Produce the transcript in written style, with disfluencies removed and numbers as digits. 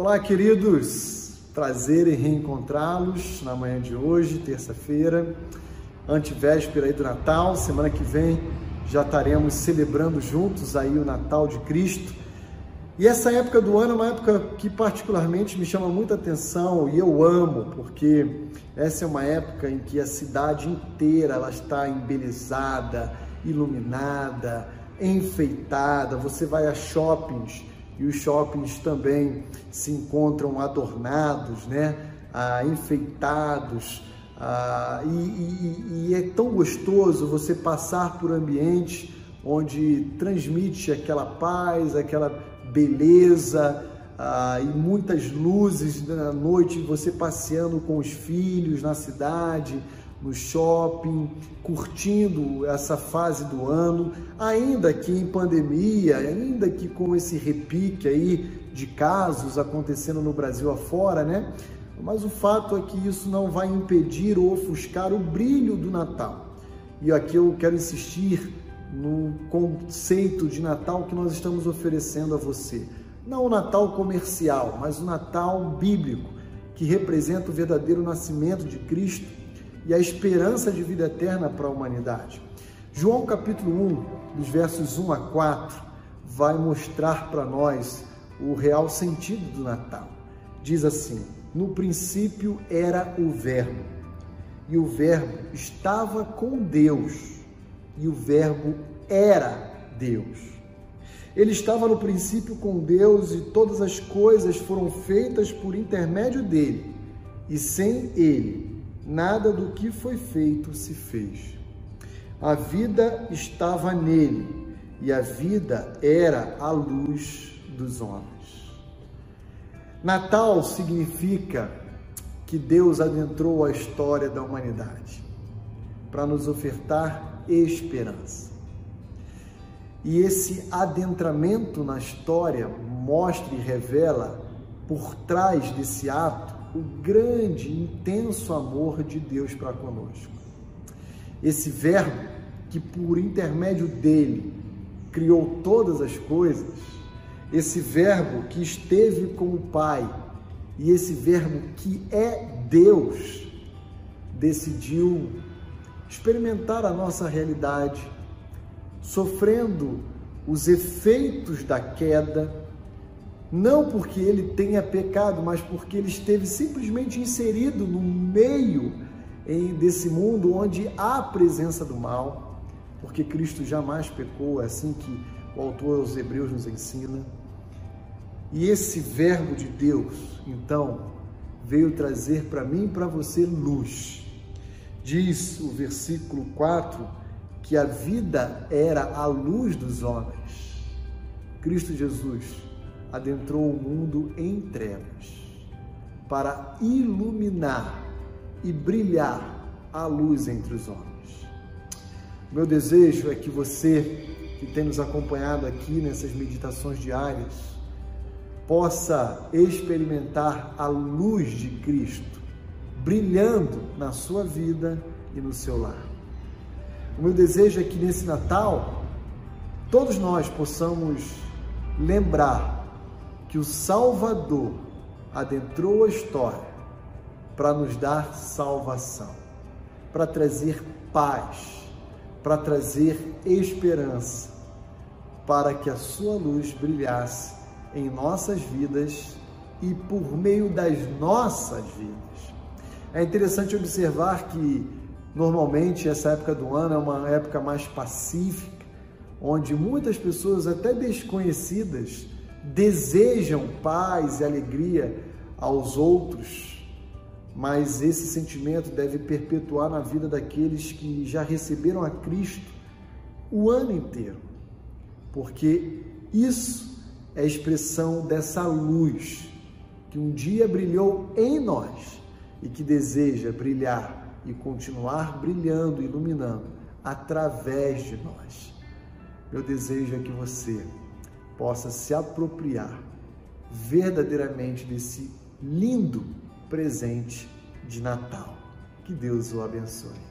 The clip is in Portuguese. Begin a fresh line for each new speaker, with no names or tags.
Olá, queridos! Prazer em reencontrá-los na manhã de hoje, terça-feira, antevéspera aí do Natal. Semana que vem já estaremos celebrando juntos aí o Natal de Cristo. E essa época do ano é uma época que particularmente me chama muita atenção e eu amo, porque essa é uma época em que a cidade inteira ela está embelezada, iluminada, enfeitada. Você vai a shoppings e os shoppings também se encontram adornados, né? Enfeitados. E é tão gostoso você passar por ambientes onde transmite aquela paz, aquela beleza e muitas luzes na noite, você passeando com os filhos na cidade, no shopping, curtindo essa fase do ano, ainda que em pandemia, ainda que com esse repique aí de casos acontecendo no Brasil afora, né? Mas o fato é que isso não vai impedir ou ofuscar o brilho do Natal. E aqui eu quero insistir no conceito de Natal que nós estamos oferecendo a você. Não o Natal comercial, mas o Natal bíblico, que representa o verdadeiro nascimento de Cristo e a esperança de vida eterna para a humanidade. João capítulo 1, dos versos 1 a 4, vai mostrar para nós o real sentido do Natal. Diz assim: no princípio era o Verbo, e o Verbo estava com Deus, e o Verbo era Deus. Ele estava no princípio com Deus e todas as coisas foram feitas por intermédio dele, e sem ele, nada do que foi feito se fez. A vida estava nele, e a vida era a luz dos homens. Natal significa que Deus adentrou a história da humanidade para nos ofertar esperança. E esse adentramento na história mostra e revela por trás desse ato o grande e intenso amor de Deus para conosco. Esse Verbo que por intermédio dele criou todas as coisas, esse Verbo que esteve com o Pai e esse Verbo que é Deus, decidiu experimentar a nossa realidade, sofrendo os efeitos da queda, não porque ele tenha pecado, mas porque ele esteve simplesmente inserido no meio desse mundo onde há a presença do mal, porque Cristo jamais pecou, é assim que o autor aos Hebreus nos ensina. E esse Verbo de Deus, então, veio trazer para mim e para você luz. Diz o versículo 4 que a vida era a luz dos homens. Cristo Jesus adentrou o mundo em trevas para iluminar e brilhar a luz entre os homens. Meu desejo é que você, que tem nos acompanhado aqui nessas meditações diárias, possa experimentar a luz de Cristo brilhando na sua vida e no seu lar. O meu desejo é que nesse Natal, todos nós possamos lembrar que o Salvador adentrou a história para nos dar salvação, para trazer paz, para trazer esperança, para que a sua luz brilhasse em nossas vidas e por meio das nossas vidas. É interessante observar que normalmente essa época do ano é uma época mais pacífica, onde muitas pessoas, até desconhecidas, desejam paz e alegria aos outros, mas esse sentimento deve perpetuar na vida daqueles que já receberam a Cristo o ano inteiro, porque isso é a expressão dessa luz que um dia brilhou em nós e que deseja brilhar e continuar brilhando, iluminando através de nós. Meu desejo é que você possa se apropriar verdadeiramente desse lindo presente de Natal. Que Deus o abençoe.